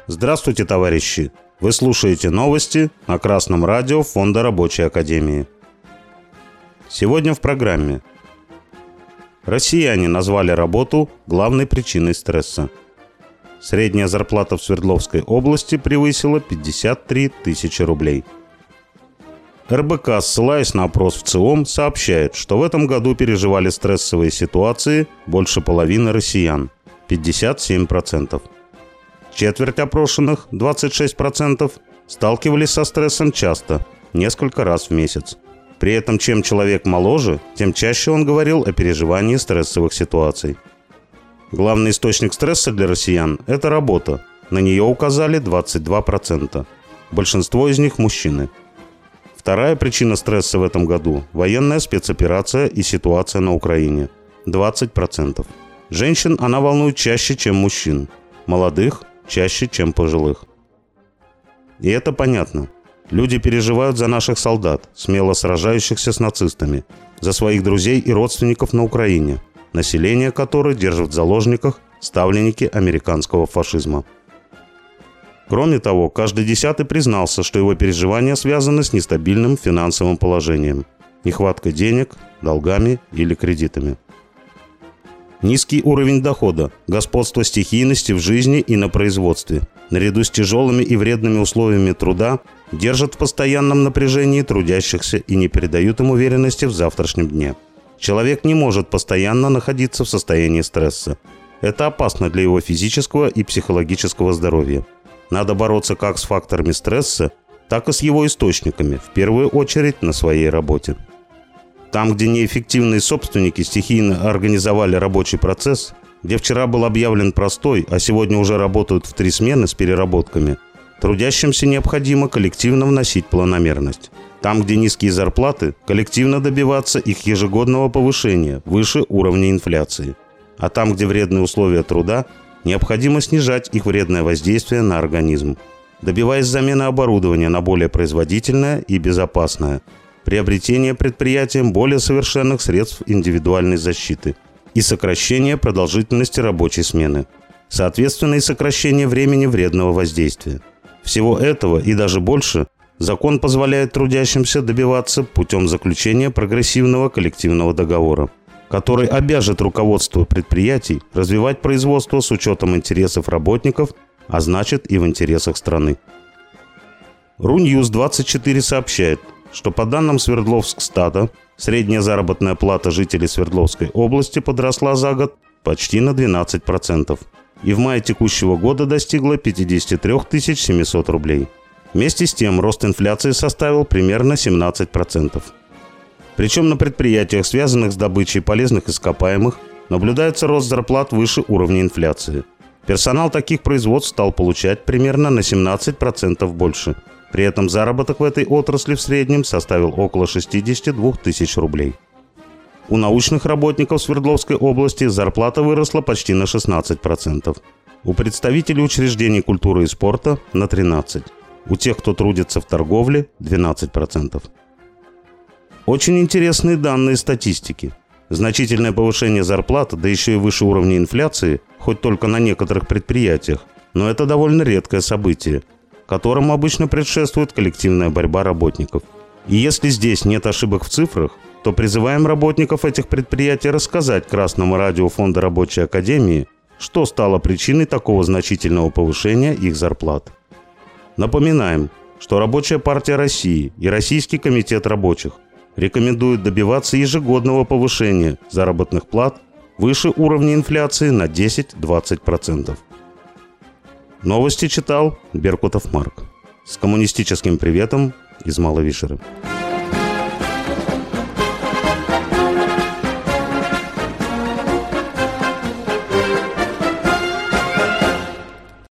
Здравствуйте, товарищи! Вы слушаете новости на Красном радио Фонда Рабочей Академии. Сегодня в программе. Россияне назвали работу главной причиной стресса. Средняя зарплата в Свердловской области превысила 53 тысячи рублей. РБК, ссылаясь на опрос в ЦИОМ, сообщает, что в этом году переживали стрессовые ситуации больше половины россиян – 57%. Четверть опрошенных, 26%, сталкивались со стрессом часто, несколько раз в месяц. При этом, чем человек моложе, тем чаще он говорил о переживании стрессовых ситуаций. Главный источник стресса для россиян – это работа. На нее указали 22%. Большинство из них – мужчины. Вторая причина стресса в этом году – военная спецоперация и ситуация на Украине – 20%. Женщин она волнует чаще, чем мужчин. Молодых – чаще, чем пожилых. И это понятно. Люди переживают за наших солдат, смело сражающихся с нацистами, за своих друзей и родственников на Украине, население которой держит в заложниках ставленники американского фашизма. Кроме того, каждый десятый признался, что его переживания связаны с нестабильным финансовым положением, нехваткой денег, долгами или кредитами. Низкий уровень дохода, господство стихийности в жизни и на производстве, наряду с тяжелыми и вредными условиями труда, держат в постоянном напряжении трудящихся и не передают им уверенности в завтрашнем дне. Человек не может постоянно находиться в состоянии стресса. Это опасно для его физического и психологического здоровья. Надо бороться как с факторами стресса, так и с его источниками, в первую очередь на своей работе. Там, где неэффективные собственники стихийно организовали рабочий процесс, где вчера был объявлен простой, а сегодня уже работают в 3 смены с переработками, трудящимся необходимо коллективно вносить планомерность. Там, где низкие зарплаты, коллективно добиваться их ежегодного повышения выше уровня инфляции. А там, где вредные условия труда, необходимо снижать их вредное воздействие на организм, добиваясь замены оборудования на более производительное и безопасное, приобретение предприятием более совершенных средств индивидуальной защиты и сокращение продолжительности рабочей смены, соответственно и сокращение времени вредного воздействия. Всего этого и даже больше закон позволяет трудящимся добиваться путем заключения прогрессивного коллективного договора, который обяжет руководство предприятий развивать производство с учетом интересов работников, а значит и в интересах страны. РУНьюз-24 сообщает, что по данным Свердловскстата, средняя заработная плата жителей Свердловской области подросла за год почти на 12% и в мае текущего года достигла 53 700 рублей. Вместе с тем рост инфляции составил примерно 17%. Причем на предприятиях, связанных с добычей полезных ископаемых, наблюдается рост зарплат выше уровня инфляции. Персонал таких производств стал получать примерно на 17% больше. При этом заработок в этой отрасли в среднем составил около 62 тысяч рублей. У научных работников Свердловской области зарплата выросла почти на 16%. У представителей учреждений культуры и спорта – на 13%. У тех, кто трудится в торговле – 12%. Очень интересные данные статистики. Значительное повышение зарплаты, да еще и выше уровня инфляции, хоть только на некоторых предприятиях, но это довольно редкое событие, которому обычно предшествует коллективная борьба работников. И если здесь нет ошибок в цифрах, то призываем работников этих предприятий рассказать Красному радио Фонда Рабочей Академии, что стало причиной такого значительного повышения их зарплат. Напоминаем, что Рабочая партия России и Российский комитет рабочих рекомендуют добиваться ежегодного повышения заработных плат выше уровня инфляции на 10-20%. Новости читал Беркутов Марк. С коммунистическим приветом из Малой Вишеры.